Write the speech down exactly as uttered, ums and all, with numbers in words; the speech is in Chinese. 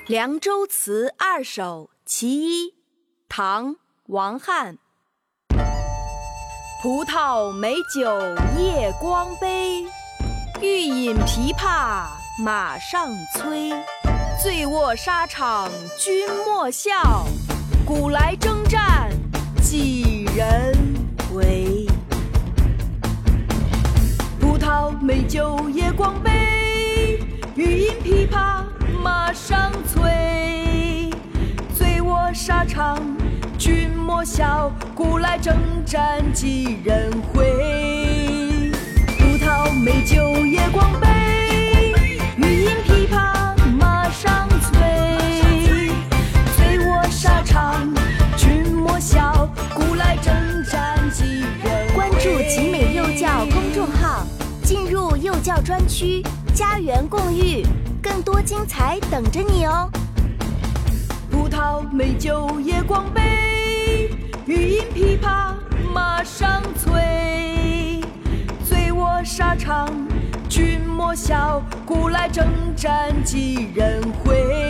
《凉州词二首·其一》唐·王翰。葡萄美酒夜光杯，欲饮琵琶马上催。醉卧沙场君莫笑，古来征战几人回？葡萄美酒夜光杯，欲饮琵琶马上催。醉卧沙场君莫笑，古来征战几人回？葡萄美酒夜光杯，欲饮琵琶马上催。醉卧沙场君莫笑，古来征战几人回？ 关注集美幼教公众号，进入幼教专区，家园共育，更多精彩等着你哦。 葡萄美酒夜光杯，欲饮琵琶马上催。醉卧沙场君莫笑，古来征战几人回？